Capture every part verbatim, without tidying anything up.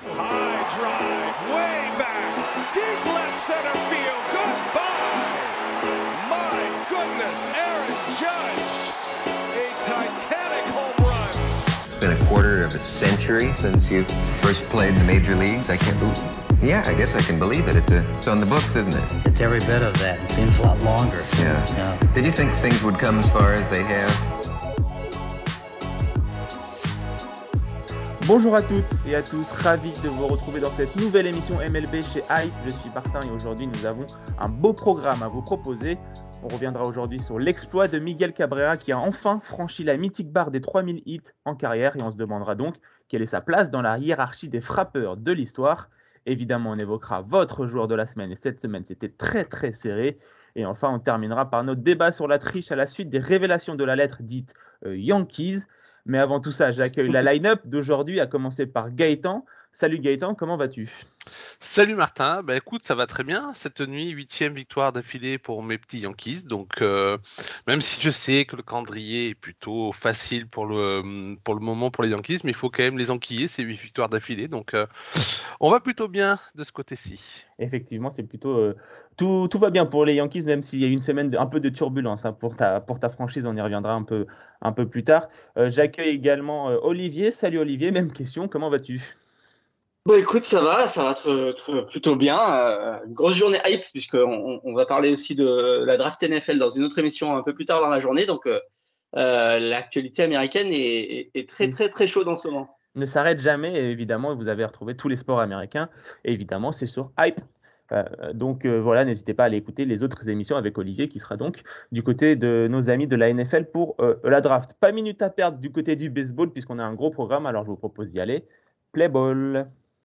High drive, way back, deep left center field, goodbye! My goodness, Aaron Judge, a titanic home run. It's been a quarter of a century since you first played in the major leagues. I can't believe. Yeah, I guess I can believe it. It's a, it's on the books, isn't it? It's every bit of that. It seems a lot longer. Yeah. Yeah. Did you think things would come as far as they have? Bonjour à toutes et à tous, ravi de vous retrouver dans cette nouvelle émission M L B chez Hype. Je suis Martin et aujourd'hui nous avons un beau programme à vous proposer. On reviendra aujourd'hui sur l'exploit de Miguel Cabrera qui a enfin franchi la mythique barre des trois mille hits en carrière et on se demandera donc quelle est sa place dans la hiérarchie des frappeurs de l'histoire. Évidemment, on évoquera votre joueur de la semaine et cette semaine c'était très très serré. Et enfin, on terminera par notre débat sur la triche à la suite des révélations de la lettre dite euh, Yankees. Mais avant tout ça, j'accueille la line-up d'aujourd'hui, à commencer par Gaëtan. Salut Gaëtan, comment vas-tu ? Salut Martin, bah écoute, ça va très bien cette nuit, huitième victoire d'affilée pour mes petits Yankees. Donc euh, même si je sais que le calendrier est plutôt facile pour le pour le moment pour les Yankees, mais il faut quand même les enquiller ces huit victoires d'affilée. Donc euh, on va plutôt bien de ce côté-ci. Effectivement, c'est plutôt euh, tout, tout va bien pour les Yankees, même s'il y a une semaine de, un peu de turbulence hein, pour ta pour ta franchise. On y reviendra un peu un peu plus tard. Euh, j'accueille également euh, Olivier. Salut Olivier, même question. Comment vas-tu ? Bon, écoute, ça va, ça va tr- tr- plutôt bien. Euh, une grosse journée hype, puisqu'on on va parler aussi de la draft N F L dans une autre émission un peu plus tard dans la journée. Donc, euh, euh, l'actualité américaine est, est, est très, très, très chaude en ce moment. Ne s'arrête jamais, et évidemment, vous avez retrouvé tous les sports américains. Et évidemment, c'est sur Hype. Euh, donc euh, voilà, n'hésitez pas à aller écouter les autres émissions avec Olivier, qui sera donc du côté de nos amis de la N F L pour euh, la draft. Pas minute à perdre du côté du baseball, puisqu'on a un gros programme, alors je vous propose d'y aller. Play ball.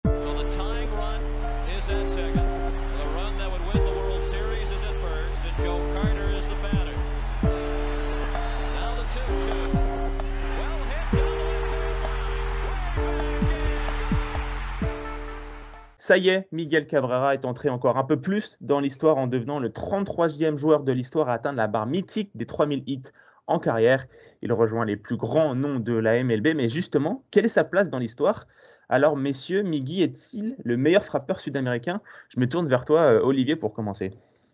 Ça y est, Miguel Cabrera est entré encore un peu plus dans l'histoire en devenant le trente-troisième joueur de l'histoire à atteindre la barre mythique des trois mille hits en carrière. Il rejoint les plus grands noms de la M L B, mais justement, quelle est sa place dans l'histoire ? Alors, messieurs, Miggy est-il le meilleur frappeur sud-américain ? Je me tourne vers toi, euh, Olivier, pour commencer.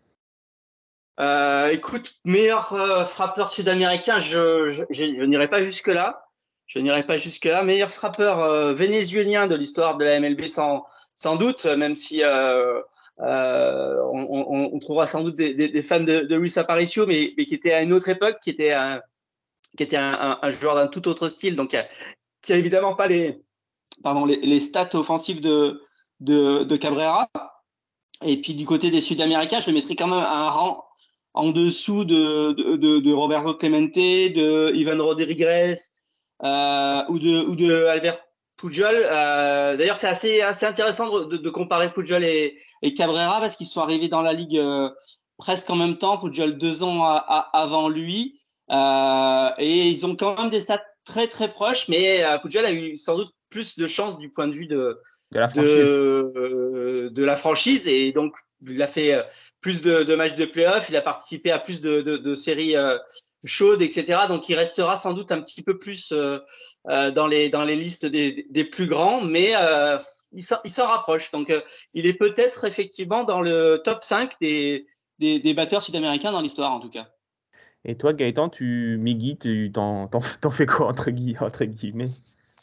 Euh, écoute, meilleur euh, frappeur sud-américain, je, je, je, je n'irai pas jusque-là. Je n'irai pas jusque-là. Meilleur frappeur euh, vénézuélien de l'histoire de la M L B sans, sans doute, même si euh, euh, on, on, on trouvera sans doute des, des, des fans de, de Luis Aparicio, mais, mais qui était à une autre époque, qui était un, qui était un, un, un joueur d'un tout autre style, donc qui a évidemment pas les, pardon, les, les stats offensives de, de, de Cabrera. Et puis du côté des Sud-Américains, je le mettrais quand même à un rang en dessous de, de, de, de Roberto Clemente, de Ivan Rodriguez euh, ou de, ou de Albert Pujol. Euh, d'ailleurs, c'est assez, assez intéressant de, de comparer Pujol et, et Cabrera parce qu'ils sont arrivés dans la ligue euh, presque en même temps. Pujol deux ans à, à, avant lui. Euh, et ils ont quand même des stats très très proches, mais euh, Pujol a eu sans doute plus de chance du point de vue de, de, la, franchise. de, euh, de la franchise. Et donc, il a fait euh, plus de, de matchs de play-off, il a participé à plus de, de, de séries euh, chaudes, et cetera. Donc, il restera sans doute un petit peu plus euh, euh, dans, les, dans les listes des, des plus grands, mais euh, il, s'en, il s'en rapproche. Donc, euh, il est peut-être effectivement dans le top cinq des, des, des batteurs sud-américains dans l'histoire, en tout cas. Et toi, Gaëtan, tu, Miggy, tu t'en, t'en, t'en fais quoi entre, gui- entre guillemets ?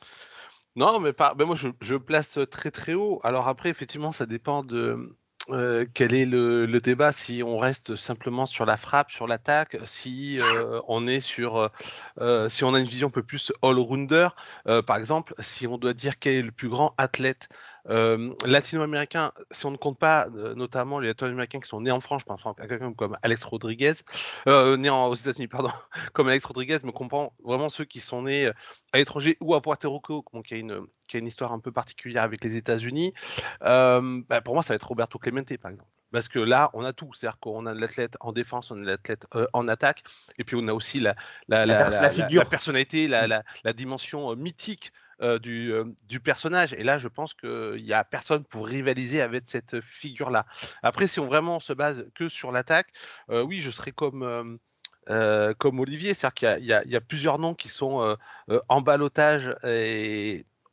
Non, mais pas. Ben moi, je, je place très très haut. Alors après, effectivement, ça dépend de euh, quel est le, le débat. Si on reste simplement sur la frappe, sur l'attaque, si euh, on est sur, euh, si on a une vision un peu plus all-rounder, euh, par exemple, si on doit dire quel est le plus grand athlète euh, latino-américain, si on ne compte pas euh, notamment les latino-américains qui sont nés en France, je pense à quelqu'un comme Alex Rodriguez, euh, né en, aux États-Unis, pardon, comme Alex Rodriguez, mais comprend vraiment ceux qui sont nés à l'étranger ou à Puerto Rico, donc qui a une qui a une histoire un peu particulière avec les États-Unis. Euh, bah pour moi, ça va être Roberto Clemente, par exemple. Parce que là, on a tout. C'est-à-dire qu'on a l'athlète en défense, on a l'athlète euh, en attaque, et puis on a aussi la, la, la, la, la, la, la personnalité, la, la, la dimension euh, mythique euh, du, euh, du personnage. Et là, je pense qu'il n'y a personne pour rivaliser avec cette figure-là. Après, si on vraiment se base que sur l'attaque, euh, oui, je serais comme... Euh, Euh, comme Olivier, c'est-à-dire qu'il y a, il y a, il y a plusieurs noms qui sont euh, euh, en ballottage et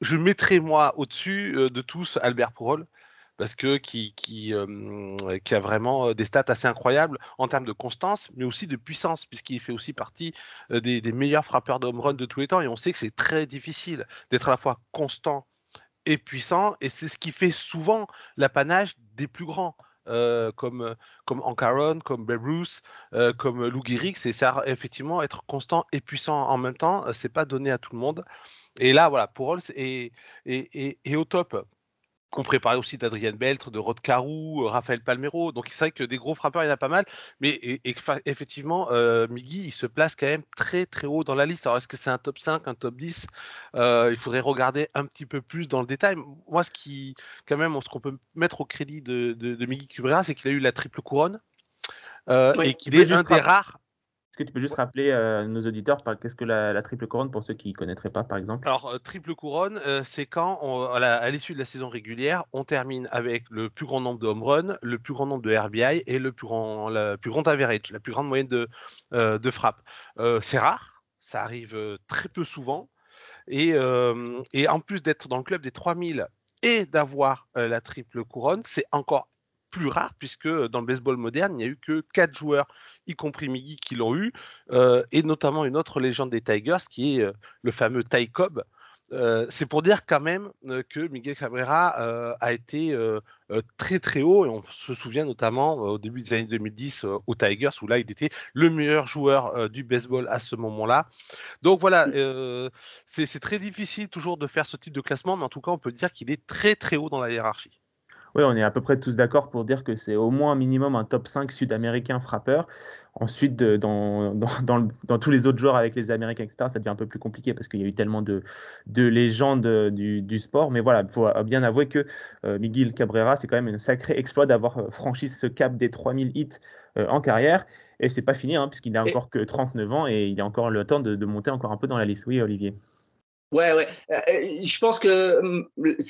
je mettrais moi au-dessus euh, de tous Albert Pujols, parce que qui, qui, euh, qui a vraiment des stats assez incroyables en termes de constance, mais aussi de puissance, puisqu'il fait aussi partie euh, des, des meilleurs frappeurs de home run de tous les temps. Et on sait que c'est très difficile d'être à la fois constant et puissant, et c'est ce qui fait souvent l'apanage des plus grands. Euh, comme comme Hank Aaron, comme Babe Ruth, euh, comme Lou Gehrig, c'est ça, effectivement être constant et puissant en même temps, euh, c'est pas donné à tout le monde. Et là, voilà, Pujols est, est, est, est au top. On préparait aussi d'Adrien Beltre, de Rod Carew, Raphaël Palmeiro. Donc c'est vrai que des gros frappeurs, il y en a pas mal. Mais et, et, effectivement, euh, Miggy, il se place quand même très très haut dans la liste. Alors est-ce que c'est un top cinq, un top dix? euh, Il faudrait regarder un petit peu plus dans le détail. Moi, ce qui, quand même, ce qu'on peut mettre au crédit de, de, de Miggy Cabrera, c'est qu'il a eu la triple couronne euh, Oui, et qu'il est un des rares. Est-ce que tu peux juste rappeler euh, nos auditeurs par qu'est-ce que la, la triple couronne pour ceux qui ne connaîtraient pas, par exemple? Alors, euh, triple couronne, euh, c'est quand, on, à, la- à l'issue de la saison régulière, on termine avec le plus grand nombre de home runs, le plus grand nombre de R B I et le plus grand, la plus grande average, la plus grande moyenne de, euh, de frappe. Euh, c'est rare, ça arrive euh, très peu souvent. Et, euh, et en plus d'être dans le club des trois mille et d'avoir euh, la triple couronne, c'est encore plus rare puisque dans le baseball moderne, il n'y a eu que quatre joueurs, y compris Miggy, qui l'ont eu, euh, et notamment une autre légende des Tigers qui est euh, le fameux Ty Cobb. Euh, c'est pour dire quand même euh, que Miguel Cabrera euh, a été euh, euh, très très haut, et on se souvient notamment euh, au début des années deux mille dix euh, aux Tigers où là il était le meilleur joueur euh, du baseball à ce moment-là. Donc voilà, euh, c'est c'est très difficile toujours de faire ce type de classement, mais en tout cas on peut dire qu'il est très très haut dans la hiérarchie. Oui, on est à peu près tous d'accord pour dire que c'est au moins un minimum un top cinq sud-américain frappeur. Ensuite, de- dans, dans, dans le- dans tous les autres joueurs avec les Américains, et cetera, ça devient un peu plus compliqué parce qu'il y a eu tellement de, de légendes euh, du, du sport. Mais voilà, il faut bien avouer que euh, Miguel Cabrera, c'est quand même un sacré exploit d'avoir euh, franchi ce cap des trois mille hits euh, en carrière. Et c'est pas fini, hein, puisqu'il n'a Et, encore que trente-neuf ans et il a encore le temps de, de monter encore un peu dans la liste. Oui, Olivier. ouais, ouais. Euh, je pense que hum,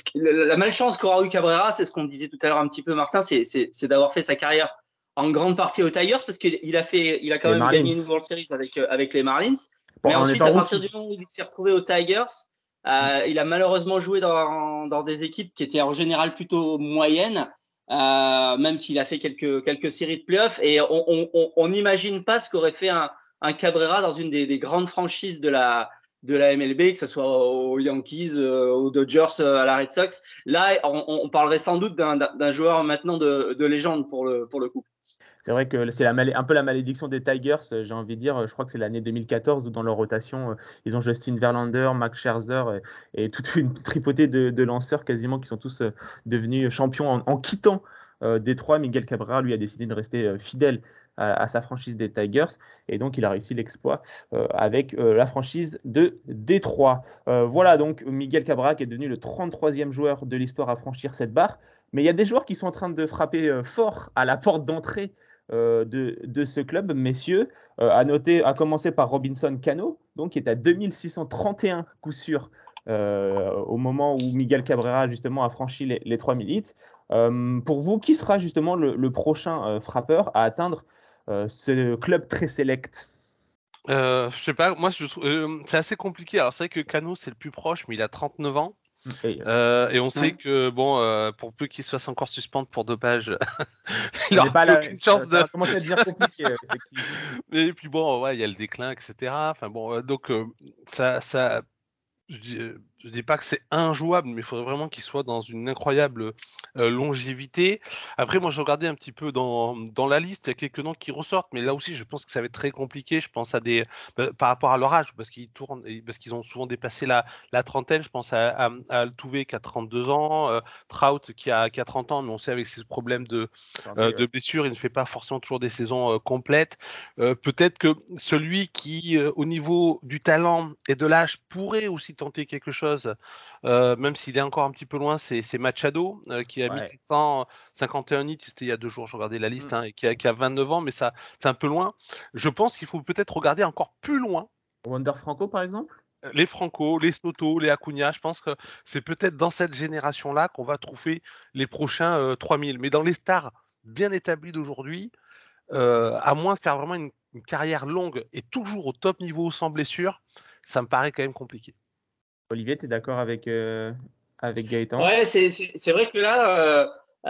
la malchance qu'aura eu Cabrera, c'est ce qu'on disait tout à l'heure un petit peu, Martin, c'est, c'est, c'est d'avoir fait sa carrière en grande partie aux Tigers parce qu'il a fait, il a quand Les même Marlins. gagné une World Series avec, euh, avec les Marlins. Bon, Mais en ensuite, étant à partir rookie. du moment où il s'est retrouvé aux Tigers, Mm. euh, il a malheureusement joué dans, dans des équipes qui étaient en général plutôt moyennes, euh, même s'il a fait quelques, quelques séries de playoffs. Et on n'imagine pas ce qu'aurait fait un, un Cabrera dans une des, des grandes franchises de la, de la M L B, que ce soit aux Yankees, euh, aux Dodgers, euh, à la Red Sox. Là, on, on parlerait sans doute d'un, d'un joueur maintenant de, de légende pour le, pour le coup. C'est vrai que c'est la malé- un peu la malédiction des Tigers, euh, j'ai envie de dire. Je crois que c'est l'année deux mille quatorze où dans leur rotation, euh, ils ont Justin Verlander, Max Scherzer et, et toute une tripotée de, de lanceurs quasiment qui sont tous euh, devenus champions en, en quittant euh, Détroit. Miguel Cabrera, lui, a décidé de rester euh, fidèle à, à sa franchise des Tigers et donc il a réussi l'exploit euh, avec euh, la franchise de Détroit. Euh, voilà donc Miguel Cabrera qui est devenu le trente-troisième joueur de l'histoire à franchir cette barre. Mais il y a des joueurs qui sont en train de frapper euh, fort à la porte d'entrée euh, de, de, ce club, messieurs. Euh, à noter, à commencer par Robinson Cano, donc, qui est à deux mille six cent trente et un coups sûrs euh, au moment où Miguel Cabrera justement a franchi les, les trois mille hits. Euh, pour vous, qui sera justement le, le prochain euh, frappeur à atteindre euh, ce club très select? Euh, je sais pas, moi je trouve euh, c'est assez compliqué. Alors c'est vrai que Cano c'est le plus proche, mais il a trente-neuf ans. Et, Euh, et on sait Ouais. que bon, euh, pour peu qu'il se fasse encore suspendre pour dopage, il on n'est n'aura pas plus là, aucune ça, chance ça de. va commencer à devenir compliqué, euh, effectivement. Et puis bon, ouais, il y a le déclin, et cetera. Enfin bon, euh, donc euh, ça, ça, je dis, euh, je dis pas que c'est injouable, mais il faudrait vraiment qu'il soit dans une incroyable euh, longévité. Après, moi, je regardais un petit peu dans, dans la liste, il y a quelques noms qui ressortent, mais là aussi, je pense que ça va être très compliqué. Je pense à des bah, par rapport à leur âge, parce qu'ils tournent, et parce qu'ils ont souvent dépassé la, la trentaine. Je pense à, à, à Altuve qui a trente-deux ans, euh, Trout qui a, qui a trente ans, mais on sait avec ses problèmes de, euh, de blessures, il ne fait pas forcément toujours des saisons euh, complètes. Euh, peut-être que celui qui, euh, au niveau du talent et de l'âge, pourrait aussi tenter quelque chose, euh, même s'il est encore un petit peu loin, c'est, c'est Machado, euh, qui a Ouais. mis cent cinquante et un hits, c'était il y a deux jours, je regardais la liste, Mm. hein, et qui a, qui a vingt-neuf ans, mais ça, c'est un peu loin. Je pense qu'il faut peut-être regarder encore plus loin. Wander Franco, par exemple? Les Franco, les Soto, les Acuna, je pense que c'est peut-être dans cette génération-là qu'on va trouver les prochains euh, trois mille. Mais dans les stars bien établies d'aujourd'hui, euh, à moins de faire vraiment une, une carrière longue et toujours au top niveau sans blessure, ça me paraît quand même compliqué. Olivier, tu es d'accord avec, euh, avec Gaëtan? Ouais, c'est, c'est, c'est vrai que là, euh,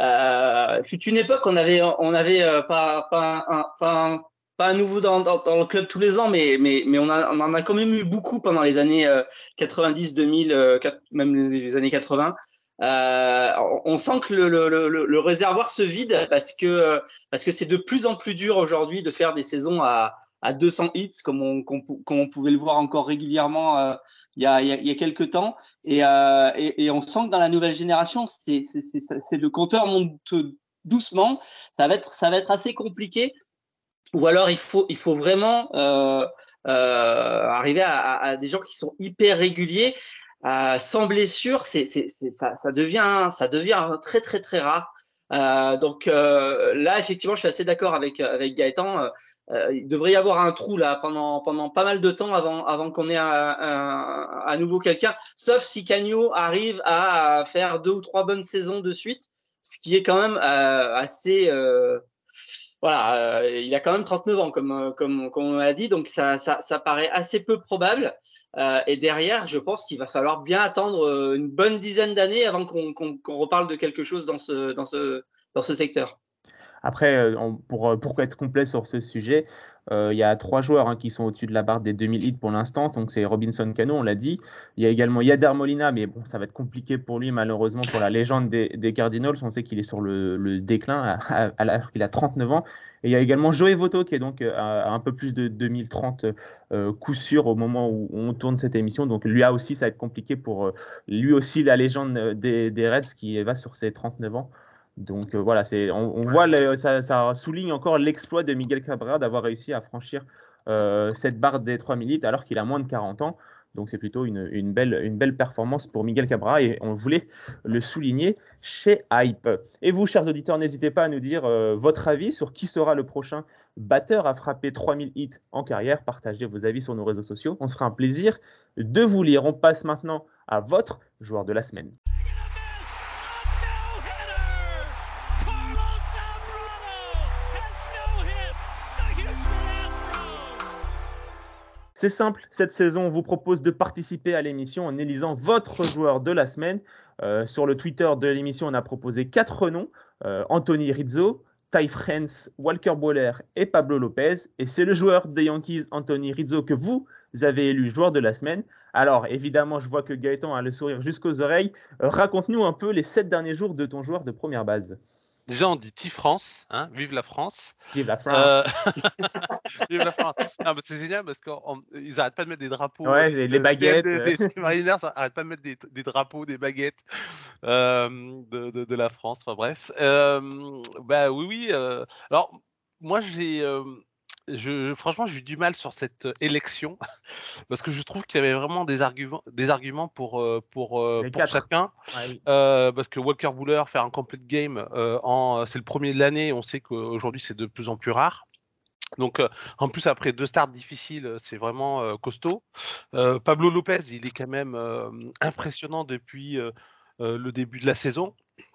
euh, fut une époque, on avait, on avait euh, pas, pas, un, pas, un, pas un nouveau dans, dans, dans le club tous les ans, mais, mais, mais on, a, on en a quand même eu beaucoup pendant les années euh, quatre-vingt-dix, deux mille, euh, même les années quatre-vingts. Euh, on sent que le, le, le, le réservoir se vide parce que, parce que c'est de plus en plus dur aujourd'hui de faire des saisons à, à deux cents hits, comme on, comme on pouvait le voir encore régulièrement euh, il, y a, il, y a, il y a quelques temps. Et, euh, et, et on sent que dans la nouvelle génération, c'est, c'est, c'est, c'est le compteur monte doucement. Ça va être, ça va être assez compliqué. Ou alors il faut, il faut vraiment euh, euh, arriver à, à, à des gens qui sont hyper réguliers, euh, sans blessure. C'est, c'est, c'est, ça, ça devient, ça devient très très très rare. Euh, donc euh, là, effectivement, je suis assez d'accord avec avec Gaëtan. Euh, il devrait y avoir un trou là pendant pendant pas mal de temps avant avant qu'on ait un, un, à nouveau quelqu'un. Sauf si Cagno arrive à faire deux ou trois bonnes saisons de suite, ce qui est quand même euh, assez euh, voilà, euh, il a quand même trente-neuf ans, comme, comme, comme on l'a dit, donc ça, ça, ça paraît assez peu probable. Euh, et derrière, je pense qu'il va falloir bien attendre une bonne dizaine d'années avant qu'on, qu'on, qu'on reparle de quelque chose dans ce, dans ce, dans ce secteur. Après, on, pour, pour être complet sur ce sujet, euh, il y a trois joueurs hein, qui sont au-dessus de la barre des deux mille hits pour l'instant. Donc, c'est Robinson Cano, on l'a dit. Il y a également Yadier Molina, mais bon, ça va être compliqué pour lui, malheureusement, pour la légende des, des Cardinals. On sait qu'il est sur le, le déclin, à, à, alors qu'il a trente-neuf ans. Et il y a également Joey Votto, qui est donc à, à un peu plus de deux mille trente euh, coup sûr au moment où on tourne cette émission. Donc, lui aussi, ça va être compliqué pour euh, lui aussi, la légende des, des Reds, qui va sur ses trente-neuf ans. Donc euh, voilà, c'est, on, on voit, le, ça, ça souligne encore l'exploit de Miguel Cabrera d'avoir réussi à franchir euh, cette barre des trois mille hits alors qu'il a moins de quarante ans. Donc c'est plutôt une, une, belle, une belle performance pour Miguel Cabrera et on voulait le souligner chez Hype. Et vous, chers auditeurs, n'hésitez pas à nous dire euh, votre avis sur qui sera le prochain batteur à frapper trois mille hits en carrière. Partagez vos avis sur nos réseaux sociaux. On se fera un plaisir de vous lire. On passe maintenant à votre joueur de la semaine. C'est simple, cette saison, on vous propose de participer à l'émission en élisant votre joueur de la semaine. Euh, sur le Twitter de l'émission, on a proposé quatre noms, euh, Anthony Rizzo, Ty France, Walker Buehler et Pablo Lopez. Et c'est le joueur des Yankees, Anthony Rizzo, que vous avez élu joueur de la semaine. Alors, évidemment, je vois que Gaëtan a le sourire jusqu'aux oreilles. Euh, raconte-nous un peu les sept derniers jours de ton joueur de première base. Déjà, on dit T-France, hein, vive la France. Vive la France. Euh... vive la France. Non, mais c'est génial parce qu'ils n'arrêtent pas de mettre des drapeaux. Ouais, les, les baguettes. Des, des, des Mariners n'arrêtent pas de mettre des, des drapeaux, des baguettes euh, de, de, de la France. Enfin bref. Euh, bah oui, oui. Euh... Alors, moi, j'ai. Euh... Je, franchement, j'ai eu du mal sur cette élection parce que je trouve qu'il y avait vraiment des arguments, des arguments pour, pour, pour chacun. Ouais, oui. euh, parce que Walker Buehler, faire un complete game, euh, en, c'est le premier de l'année. On sait qu'aujourd'hui, c'est de plus en plus rare. Donc, euh, en plus, après deux starts difficiles, c'est vraiment euh, costaud. Euh, Pablo Lopez, il est quand même euh, impressionnant depuis euh, euh, le début de la saison.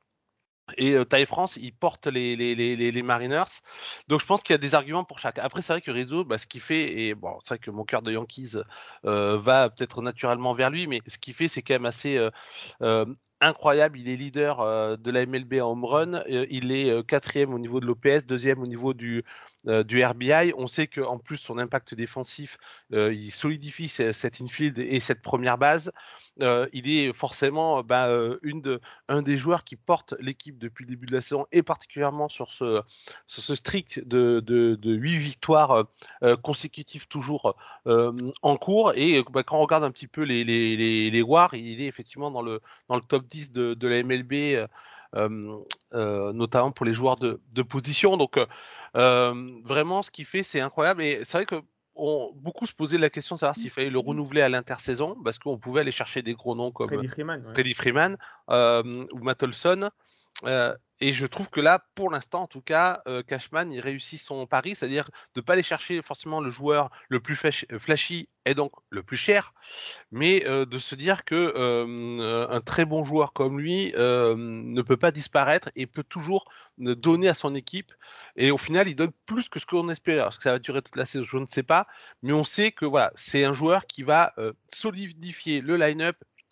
Et euh, Ty France, il porte les, les, les, les Mariners. Donc je pense qu'il y a des arguments pour chaque. Après, c'est vrai que Rizzo, bah, ce qu'il fait, et bon, c'est vrai que mon cœur de Yankees euh, va peut-être naturellement vers lui, mais ce qu'il fait, c'est quand même assez euh, euh, incroyable. Il est leader euh, de la M L B en home run. Euh, il est euh, quatrième au niveau de l'O P S, deuxième au niveau du, euh, du R B I. On sait qu'en plus, son impact défensif, euh, il solidifie cette infield et cette première base. Euh, il est forcément bah, euh, une de, un des joueurs qui porte l'équipe depuis le début de la saison et particulièrement sur ce, sur ce streak de, de, de huit victoires euh, consécutives toujours euh, en cours. Et bah, quand on regarde un petit peu les, les, les, les Wars, il est effectivement dans le, dans le top dix de, de la M L B, euh, euh, notamment pour les joueurs de, de position. Donc euh, vraiment, ce qu'il fait, c'est incroyable. Et c'est vrai que on, beaucoup se posaient la question de savoir s'il fallait le renouveler à l'intersaison parce qu'on pouvait aller chercher des gros noms comme Freddie Freeman, ouais. Freddie Freeman euh, ou Matt Olson. Euh, et je trouve que là, pour l'instant, en tout cas, euh, Cashman, il réussit son pari, c'est-à-dire de ne pas aller chercher forcément le joueur le plus flashy et donc le plus cher, mais euh, de se dire que euh, un très bon joueur comme lui euh, ne peut pas disparaître et peut toujours donner à son équipe. Et au final, il donne plus que ce qu'on espérait. Est-ce que ça va durer toute la saison? Je ne sais pas, mais on sait que voilà, c'est un joueur qui va euh, solidifier le line-up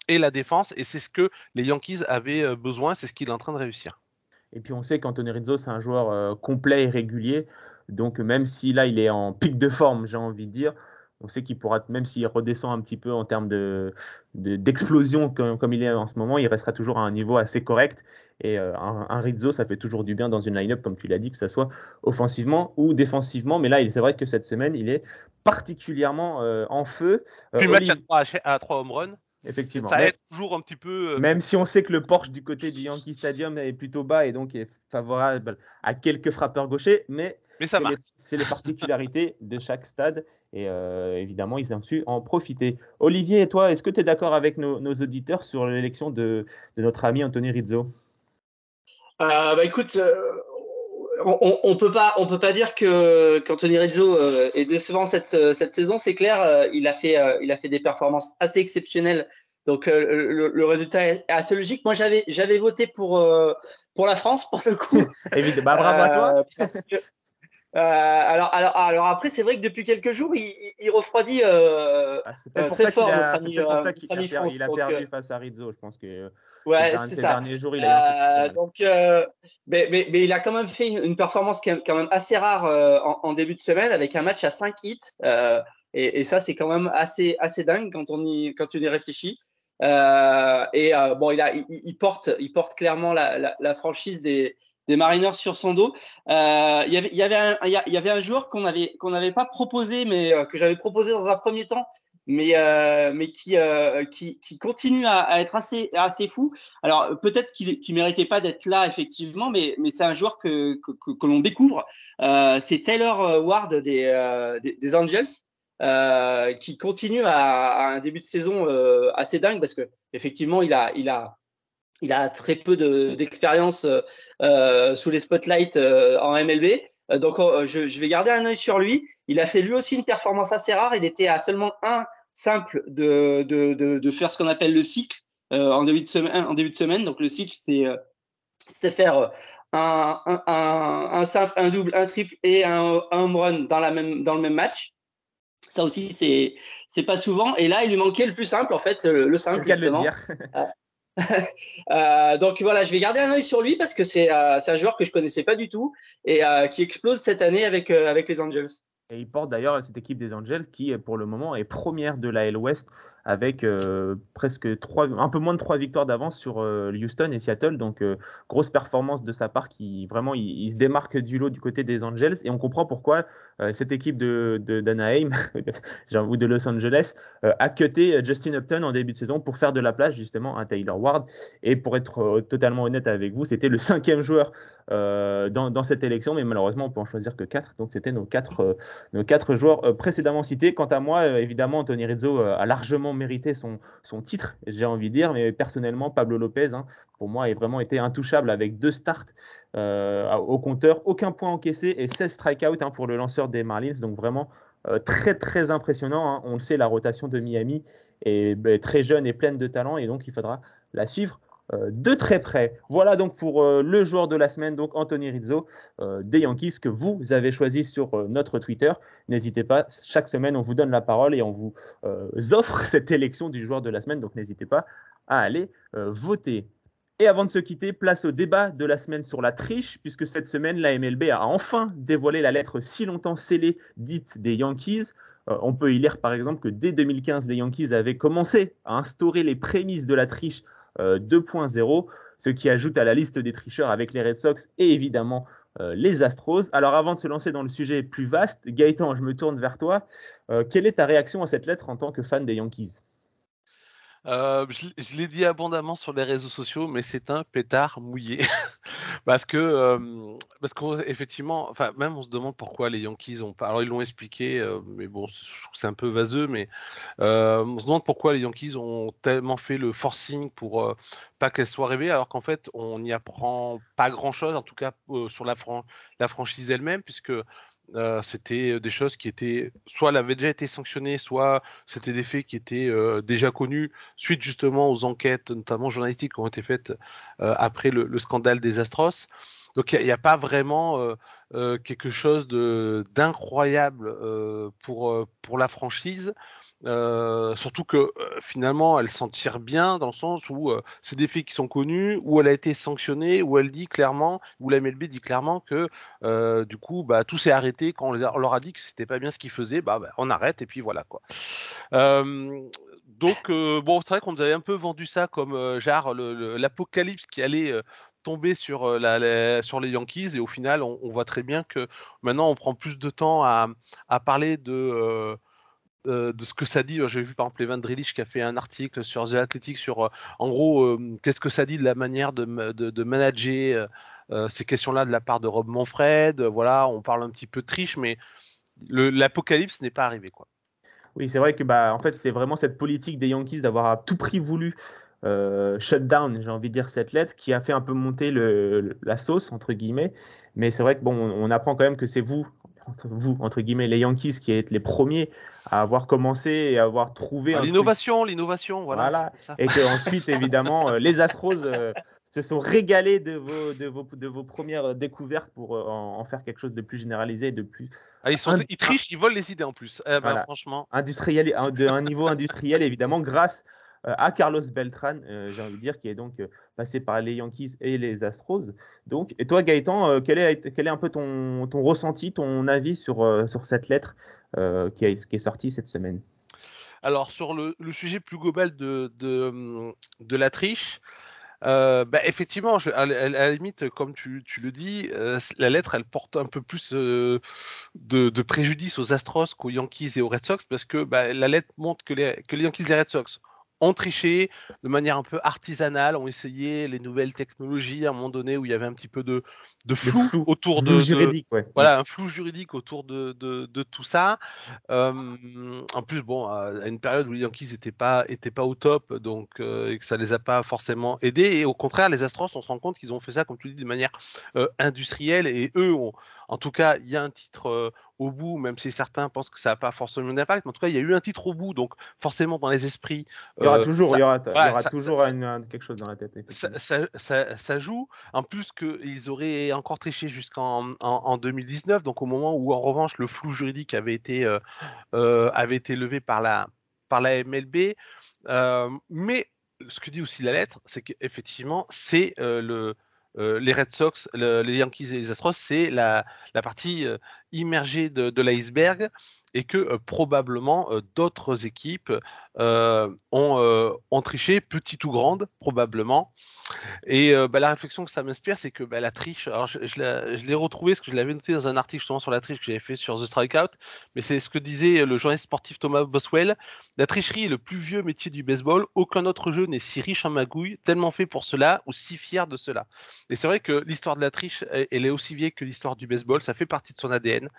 et la défense, et c'est ce que les Yankees avaient besoin, c'est ce qu'il est en train de réussir. Et puis on sait qu'Anthony Rizzo, c'est un joueur euh, complet et régulier. Donc même si là, il est en pic de forme, j'ai envie de dire, on sait qu'il pourra, même s'il redescend un petit peu en termes de, de- d'explosion comme, comme il est en ce moment, il restera toujours à un niveau assez correct. Et euh, un, un Rizzo, ça fait toujours du bien dans une line-up, comme tu l'as dit, que ce soit offensivement ou défensivement. Mais là, il- c'est vrai que cette semaine, il est particulièrement euh, en feu. Euh, Puis match à Olivier, trois, à trois home runs, effectivement. ça Mais- aide toujours un petit peu. euh, même si on sait que le Porsche du côté du Yankee Stadium est plutôt bas et donc est favorable à quelques frappeurs gauchers, mais Mais ça c'est les, marque. c'est les particularités de chaque stade et euh, évidemment, ils ont su en profiter. Olivier, et toi, est-ce que tu es d'accord avec nos, nos auditeurs sur l'élection de, de notre ami Anthony Rizzo? Euh, bah écoute, euh, on, on, on peut pas, on peut pas dire que qu'Anthony Rizzo euh, est décevant cette cette saison. C'est clair, euh, il a fait, euh, il a fait des performances assez exceptionnelles. Donc euh, le, le résultat est assez logique. Moi, j'avais j'avais voté pour euh, pour la France pour le coup. Évidemment, bah, bravo à toi. Euh, parce que euh, alors, alors, alors après, c'est vrai que depuis quelques jours, il, il, il refroidit euh, Ah, c'est peut-être euh, pour très ça qu'il fort notre a, c'est ami, peut-être pour euh, ça notre qu'il a, ami per- il France. a Donc, euh, perdu face à Rizzo. Je pense que euh, ces, ouais, derniers, c'est ces ça. derniers jours, il a eu un peu plus de Euh, mal. donc, euh, mais, mais, mais il a quand même fait une, une performance qui est quand même assez rare euh, en, en début de semaine avec un match à cinq hits. Euh, et, et ça, c'est quand même assez, assez dingue quand on y, quand on y réfléchit. Euh, et euh, bon, il, a, il, il, porte, il porte clairement la, la, la franchise des, des Mariners sur son dos. Euh, il, y avait, il, y avait un, il y avait un joueur qu'on avait, qu'on n'avait pas proposé, mais euh, que j'avais proposé dans un premier temps, mais, euh, mais qui, euh, qui, qui continue à, à être assez, assez fou. Alors peut-être qu'il ne méritait pas d'être là effectivement, mais, mais c'est un joueur que, que, que, que l'on découvre. Euh, c'est Taylor Ward des, euh, des, des Angels. Euh, qui continue à, à un début de saison euh, assez dingue parce que effectivement il a il a il a très peu de, d'expérience euh, sous les spotlights euh, en M L B, euh, donc euh, je, je vais garder un œil sur lui. Il a fait lui aussi une performance assez rare. Il était à seulement un simple de de, de, de faire ce qu'on appelle le cycle euh, en début de semaine. En début de semaine, donc le cycle c'est euh, c'est faire un, un, un, un simple, un double, un triple et un, un home run dans la même dans le même match. Ça aussi, c'est c'est pas souvent. Et là, il lui manquait le plus simple, en fait, le, le simple, C'est le cas de le justement. dire. euh, donc voilà, je vais garder un œil sur lui parce que c'est euh, c'est un joueur que je connaissais pas du tout et euh, qui explose cette année avec, euh, avec les Angels. Et il porte d'ailleurs cette équipe des Angels qui, pour le moment, est première de la L West avec euh, presque trois, un peu moins de trois victoires d'avance sur euh, Houston et Seattle. Donc, euh, grosse performance de sa part qui, vraiment, il, il se démarque du lot du côté des Angels. Et on comprend pourquoi euh, cette équipe de, de, d'Anaheim ou de Los Angeles euh, a cuté Justin Upton en début de saison pour faire de la place justement à Taylor Ward. Et pour être euh, totalement honnête avec vous, c'était le cinquième joueur euh, dans, dans cette élection, mais malheureusement, on peut en choisir que quatre. Donc, c'était nos quatre... Euh, nos quatre joueurs euh, précédemment cités. Quant à moi, euh, évidemment, Anthony Rizzo euh, a largement mérité son, son titre, j'ai envie de dire, mais personnellement, Pablo Lopez, hein, pour moi, a vraiment été intouchable avec deux starts euh, au compteur, aucun point encaissé et seize strikeouts hein, pour le lanceur des Marlins. Donc vraiment euh, très très impressionnant. Hein. On le sait, la rotation de Miami est bah, très jeune et pleine de talent et donc il faudra la suivre euh, de très près. Voilà donc pour euh, le joueur de la semaine, donc Anthony Rizzo euh, des Yankees que vous avez choisi sur euh, notre Twitter. N'hésitez pas, chaque semaine on vous donne la parole et on vous euh, offre cette élection du joueur de la semaine, donc n'hésitez pas à aller euh, voter. Et avant de se quitter, place au débat de la semaine sur la triche, puisque cette semaine, la M L B a enfin dévoilé la lettre si longtemps scellée dite des Yankees. Euh, on peut y lire par exemple que dès deux mille quinze, les Yankees avaient commencé à instaurer les prémices de la triche euh, deux point zéro, ce qui ajoute à la liste des tricheurs avec les Red Sox et évidemment euh, les Astros. Alors avant de se lancer dans le sujet plus vaste, Gaëtan, je me tourne vers toi. Euh, quelle est ta réaction à cette lettre en tant que fan des Yankees ? Euh, je, l- je l'ai dit abondamment sur les réseaux sociaux, mais c'est un pétard mouillé. parce que, euh, parce qu'effectivement, enfin, même on se demande pourquoi les Yankees ont pas. Alors, ils l'ont expliqué, euh, mais bon, je trouve que c'est un peu vaseux, mais euh, on se demande pourquoi les Yankees ont tellement fait le forcing pour euh, pas qu'elle soit rêvée, alors qu'en fait, on n'y apprend pas grand-chose, en tout cas euh, sur la, fran- la franchise elle-même, puisque. Euh, c'était des choses qui étaient soit elle avait déjà été sanctionnée, soit c'était des faits qui étaient euh, déjà connus suite justement aux enquêtes, notamment journalistiques, qui ont été faites euh, après le, le scandale des Astros. Donc il n'y a, a pas vraiment euh, euh, quelque chose de, d'incroyable euh, pour, euh, pour la franchise. Euh, surtout que euh, finalement, elle s'en tire bien dans le sens où euh, c'est des faits qui sont connus, où elle a été sanctionnée, où elle dit clairement, où la M L B dit clairement que euh, du coup, bah, tout s'est arrêté quand on, les a- on leur a dit que c'était pas bien ce qu'ils faisaient, bah, bah, on arrête et puis voilà quoi. Euh, donc euh, bon, c'est vrai qu'on nous avait un peu vendu ça comme euh, genre le- le- l'apocalypse qui allait euh, tomber sur euh, la, la- sur les Yankees et au final, on, on voit très bien que maintenant on prend plus de temps à, à parler de euh, euh, de ce que ça dit. J'ai vu par exemple Evan Drellich qui a fait un article sur The Athletic sur euh, en gros euh, qu'est-ce que ça dit de la manière de, ma- de, de manager euh, euh, ces questions-là de la part de Rob Manfred. Euh, voilà, on parle un petit peu de triche, mais le- l'apocalypse n'est pas arrivé quoi. Oui, c'est vrai que bah, en fait, c'est vraiment cette politique des Yankees d'avoir à tout prix voulu euh, shut down, j'ai envie de dire cette lettre, qui a fait un peu monter le, le- la sauce, entre guillemets. Mais c'est vrai que bon, on, on apprend quand même que c'est vous, entre, vous, entre guillemets, les Yankees, qui êtes les premiers à avoir commencé et à avoir trouvé Ah, un truc. l'innovation, l'innovation, voilà, c'est Voilà. comme ça. Et qu'ensuite, évidemment, euh, les Astros euh, se sont régalés de vos, de vos, de vos premières découvertes pour euh, en, en faire quelque chose de plus généralisé, de plus. Ah, ils sont, un- ils un- trichent, ils volent les idées en plus. Eh ben, voilà. franchement. Industriel, un- de un niveau industriel, évidemment, grâce euh, à Carlos Beltran, euh, j'ai envie de dire, qui est donc euh, passé par les Yankees et les Astros. Donc, et toi, Gaëtan, euh, quel est, quel est un peu ton, ton ressenti, ton avis sur, euh, sur cette lettre euh, qui, a- qui est sortie cette semaine? Alors, sur le, le sujet plus global de, de, de la triche, euh, bah, effectivement, je- à, la à la limite, comme tu, tu le dis, euh, la lettre, elle porte un peu plus euh, de, de préjudice aux Astros qu'aux Yankees et aux Red Sox, parce que bah, la lettre montre que les, que les Yankees et les Red Sox ont triché de manière un peu artisanale, ont essayé les nouvelles technologies à un moment donné où il y avait un petit peu de, de Le flou flou, autour flou de, de- juridique, ouais. voilà, un flou juridique autour de, de, de tout ça. Euh, en plus, bon, à une période où les Yankees n'étaient pas, étaient pas au top, donc euh, et que ça les a pas forcément aidés. Et au contraire, les Astros, on se rend compte qu'ils ont fait ça, comme tu dis, de manière euh, industrielle. Et eux, ont, en tout cas, il y a un titre euh, au bout, même si certains pensent que ça n'a pas forcément d'impact. Mais en tout cas, il y a eu un titre au bout, donc forcément dans les esprits, Il y aura euh, toujours, il ça, y aura, il y voilà, aura ça, ça, toujours ça, une- un- quelque chose dans la tête, ça, effectivement. ça- ça- ça joue. En plus qu'ils auraient encore triché jusqu'en en, en deux mille dix-neuf, donc au moment où en revanche le flou juridique avait été euh, euh, avait été levé par la, par la M L B. Euh, mais ce que dit aussi la lettre, c'est qu'effectivement, c'est euh, le, euh, les Red Sox, le- les Yankees et les Astros, c'est la, la partie euh, immergée de, de l'iceberg et que euh, probablement euh, d'autres équipes euh, ont, euh, ont triché, petites ou grandes, probablement. Et euh, bah, la réflexion que ça m'inspire, c'est que bah, la triche, alors je, je l'ai je l'ai retrouvé, parce que je l'avais noté dans un article justement sur la triche que j'avais fait sur The Strikeout, mais c'est ce que disait le journaliste sportif Thomas Boswell. La tricherie est le plus vieux métier du baseball. Aucun autre jeu n'est si riche en magouilles, tellement fait pour cela ou si fier de cela. Et c'est vrai que l'histoire de la triche, elle, elle est aussi vieille que l'histoire du baseball. Ça fait partie de son A D N.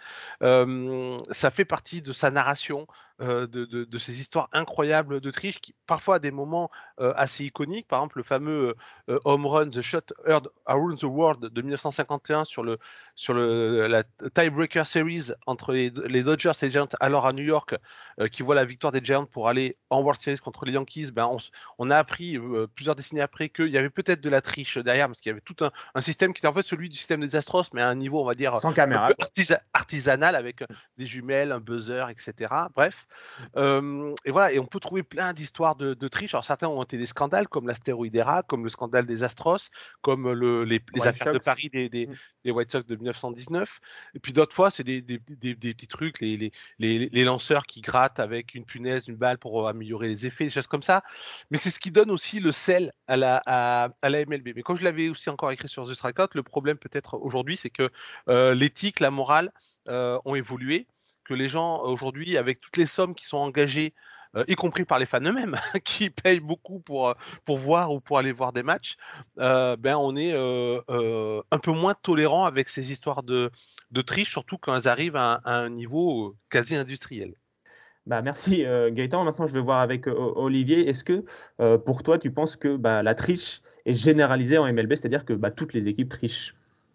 Euh, ça fait partie de sa narration, euh, de, de, de ces histoires incroyables de triche qui, parfois, à des moments euh, assez iconiques. Par exemple, le fameux euh, home run, The Shot Heard Around the World de mille neuf cent cinquante et un sur, le, sur le, la Tiebreaker Series entre les, les Dodgers et les Giants, alors à New York, euh, qui voit la victoire des Giants pour aller en World Series contre les Yankees. Ben, on, on a appris euh, plusieurs décennies après qu'il y avait peut-être de la triche derrière, parce qu'il y avait tout un, un système qui était en fait celui du système des Astros, mais à un niveau, on va dire, Sans un caméra, peu quoi. artisa- artisanal, avec des jumelles, un buzzer, et cetera. Bref. Euh, et voilà, et on peut trouver plein d'histoires de, de triche. Alors certains ont été des scandales, comme l'astéroïdera, comme le scandale des Astros, comme le, les, les White affaires de Sox. Paris des, des, Mm. des White Sox de mille neuf cent dix-neuf. Et puis d'autres fois, c'est des, des, des, des petits trucs, les, les, les, les lanceurs qui grattent avec une punaise, une balle pour améliorer les effets, des choses comme ça. Mais c'est ce qui donne aussi le sel à la, à, à la M L B. Mais comme je l'avais aussi encore écrit sur The Strikeout, le problème peut-être aujourd'hui, c'est que euh, l'éthique, la morale euh, ont évolué, que les gens aujourd'hui, avec toutes les sommes qui sont engagées, euh, y compris par les fans eux-mêmes, qui payent beaucoup pour, pour voir ou pour aller voir des matchs, euh, ben on est euh, euh, un peu moins tolérant avec ces histoires de, de triche, surtout quand elles arrivent à, à un niveau quasi industriel. Bah, merci euh, Gaëtan. Maintenant, je vais voir avec euh, Olivier. Est-ce que euh, pour toi, tu penses que bah, la triche est généralisée en M L B, c'est-à-dire que bah, toutes les équipes trichent?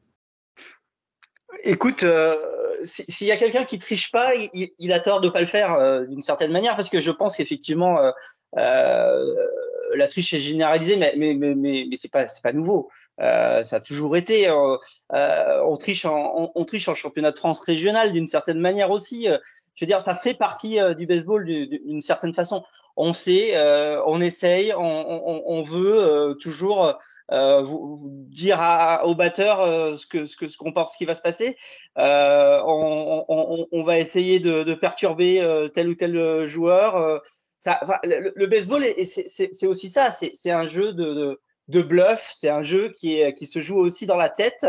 Écoute, euh, si- s'il y a quelqu'un qui triche pas, il, il- il a tort de pas le faire euh, d'une certaine manière, parce que je pense qu'effectivement, euh, euh, la triche est généralisée, mais mais mais mais, mais c'est pas c'est pas nouveau. Euh, ça a toujours été. Euh, euh, on triche en on, on triche en championnat de France régional d'une certaine manière aussi. Euh, je veux dire, ça fait partie euh, du baseball d'une certaine façon. On sait, euh, on essaye, on, on, on veut euh, toujours euh, vous, vous dire à, au batteur euh, ce que ce que ce qu'on pense qui va se passer. Euh, on, on, on va essayer de, de perturber euh, tel ou tel joueur. Euh, ça, enfin, le, le baseball, c'est aussi ça. C'est un jeu de, de, de bluff. C'est un jeu qui est qui se joue aussi dans la tête.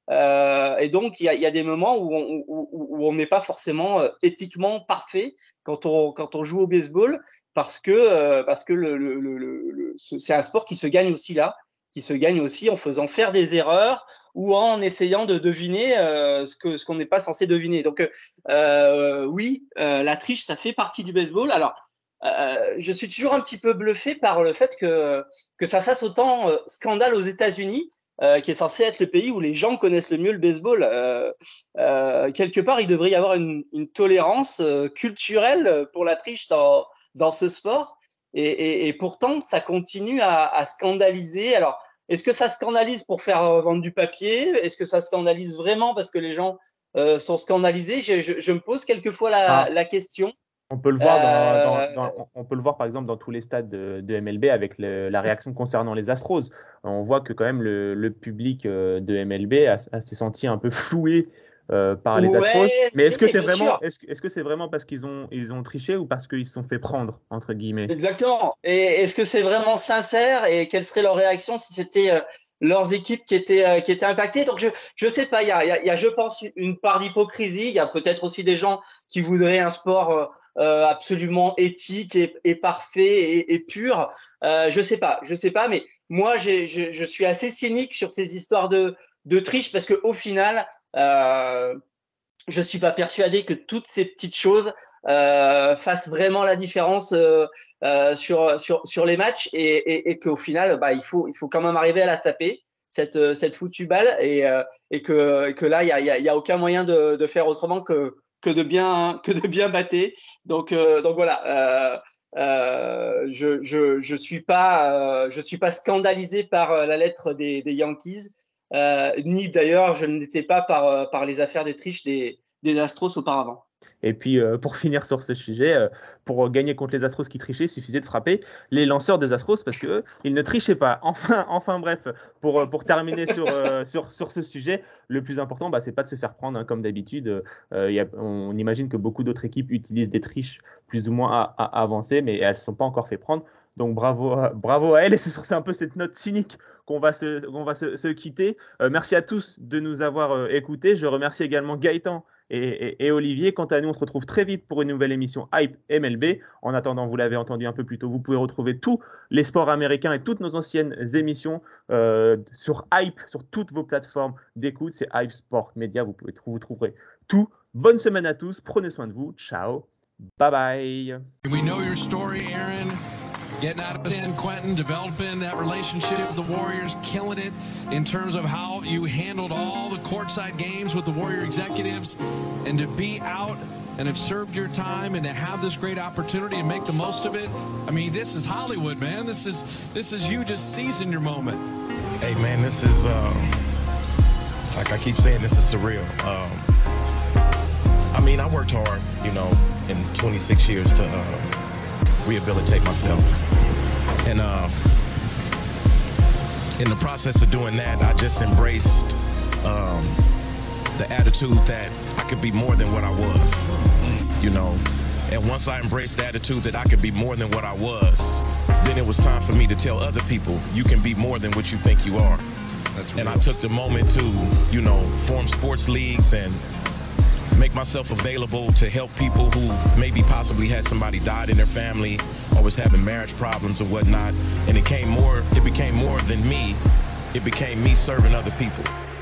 Euh, et donc, il y a, y a des moments où on où, où on n'est pas forcément euh, éthiquement parfait quand on quand on joue au baseball. Parce que euh, parce que le, le, le, le c'est un sport qui se gagne aussi là, qui se gagne aussi en faisant faire des erreurs ou en essayant de deviner euh, ce que ce qu'on n'est pas censé deviner. Donc euh, oui, euh, la triche, ça fait partie du baseball. Alors euh, je suis toujours un petit peu bluffé par le fait que que ça fasse autant euh, scandale aux États-Unis, euh, qui est censé être le pays où les gens connaissent le mieux le baseball. Euh, euh, quelque part, il devrait y avoir une, une tolérance euh, culturelle pour la triche dans dans ce sport, et, et, et pourtant ça continue à, à scandaliser. Alors, est-ce que ça scandalise pour faire euh, vendre du papier? Est-ce que ça scandalise vraiment parce que les gens euh, sont scandalisés? je, je, je me pose quelquefois la, ah. la question. On peut le voir euh... dans, dans, dans, on peut le voir par exemple dans tous les stades de, de M L B avec le, la réaction concernant les Astros. On voit que quand même le, le public de M L B a, a s'est senti un peu floué Euh, par les ouais, Astros, mais est-ce que c'est vraiment, est-ce est-ce que c'est vraiment parce qu'ils ont ils ont triché ou parce qu'ils se sont fait prendre entre guillemets? Exactement. Et est-ce que c'est vraiment sincère et quelle serait leur réaction si c'était euh, leurs équipes qui étaient euh, qui étaient impactées? Donc je je sais pas. Il y a il y a, il y a je pense une part d'hypocrisie. Il y a peut-être aussi des gens qui voudraient un sport euh, absolument éthique et, et parfait et, et pur. Euh, je sais pas. Je sais pas. Mais moi j'ai je, je suis assez cynique sur ces histoires de de triche parce que au final Euh, je suis pas persuadé que toutes ces petites choses euh, fassent vraiment la différence euh, euh, sur sur sur les matchs et, et, et qu'au final, bah il faut il faut quand même arriver à la taper cette cette foutue balle et euh, et que et que là il y a il y a, y a aucun moyen de de faire autrement que que de bien que de bien battre. Donc euh, donc voilà. Euh, euh, je je je suis pas euh, je suis pas scandalisé par la lettre des des Yankees. Euh, ni d'ailleurs, je n'étais pas par, par les affaires de triche des, des Astros auparavant. Et puis, euh, pour finir sur ce sujet, euh, pour gagner contre les Astros qui trichaient, il suffisait de frapper les lanceurs des Astros parce qu'eux, ils ne trichaient pas. Enfin, enfin bref, pour, pour terminer sur, euh, sur, sur ce sujet, le plus important, bah, ce n'est pas de se faire prendre, hein, comme d'habitude. Euh, y a, on imagine que beaucoup d'autres équipes utilisent des triches plus ou moins à, à avancer, mais elles ne se sont pas encore fait prendre. Donc bravo, bravo à elle, et c'est sur c'est un peu cette note cynique qu'on va se, qu'on va se, se quitter. Euh, merci à tous de nous avoir euh, écoutés. Je remercie également Gaëtan et, et, et Olivier. Quant à nous, on se retrouve très vite pour une nouvelle émission Hype M L B. En attendant, vous l'avez entendu un peu plus tôt, vous pouvez retrouver tous les sports américains et toutes nos anciennes émissions euh, sur Hype, sur toutes vos plateformes d'écoute. C'est Hype Sport Media, vous, pouvez, vous trouverez tout. Bonne semaine à tous, prenez soin de vous. Ciao, bye bye. We know your story, Aaron. Getting out of San Quentin, developing that relationship with the Warriors, killing it in terms of how you handled all the courtside games with the Warrior executives, and to be out and have served your time and to have this great opportunity and make the most of it. I mean, this is Hollywood, man. This is this is you just seizing your moment. Hey, man, this is, uh, like I keep saying, this is surreal. Um, I mean, I worked hard, you know, in twenty-six years to uh, rehabilitate myself. And uh, in the process of doing that, I just embraced um, the attitude that I could be more than what I was, you know. And once I embraced the attitude that I could be more than what I was, then it was time for me to tell other people, you can be more than what you think you are. That's real. And I took the moment to, you know, form sports leagues and make myself available to help people who maybe possibly had somebody died in their family or was having marriage problems or whatnot. And it came more, it became more than me. It became me serving other people.